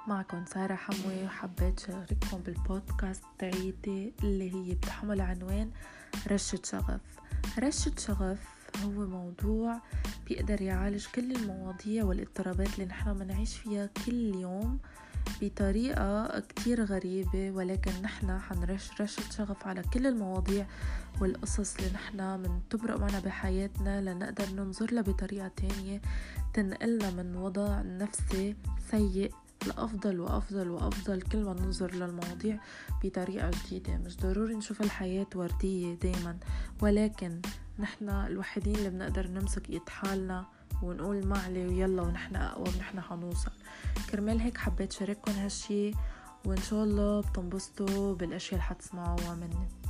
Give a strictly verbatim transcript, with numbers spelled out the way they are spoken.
معكم سارة حموي، وحبيت شارككم بالبودكاست تاعيتي اللي هي بتحمل عنوان رشة شغف. رشة شغف هو موضوع بيقدر يعالج كل المواضيع والاضطرابات اللي نحن منعيش فيها كل يوم بطريقة كتير غريبة، ولكن نحن حنرش رشة شغف على كل المواضيع والقصص اللي نحن من تبرق معنا بحياتنا، لنقدر ننظر لها بطريقة تانية تنقلنا من وضع نفسي سيء لأفضل وأفضل وأفضل كل ما ننظر للمواضيع بطريقة جديدة. مش ضروري نشوف الحياة وردية دايما، ولكن نحن الوحيدين اللي بنقدر نمسك ايد حالنا ونقول ما عليه ويلا ونحن أقوى ونحن حنوصل. كرمال هيك حبيت شارككم هالشي، وإن شاء الله بتنبسطوا بالأشياء اللي حتسمعوها مني.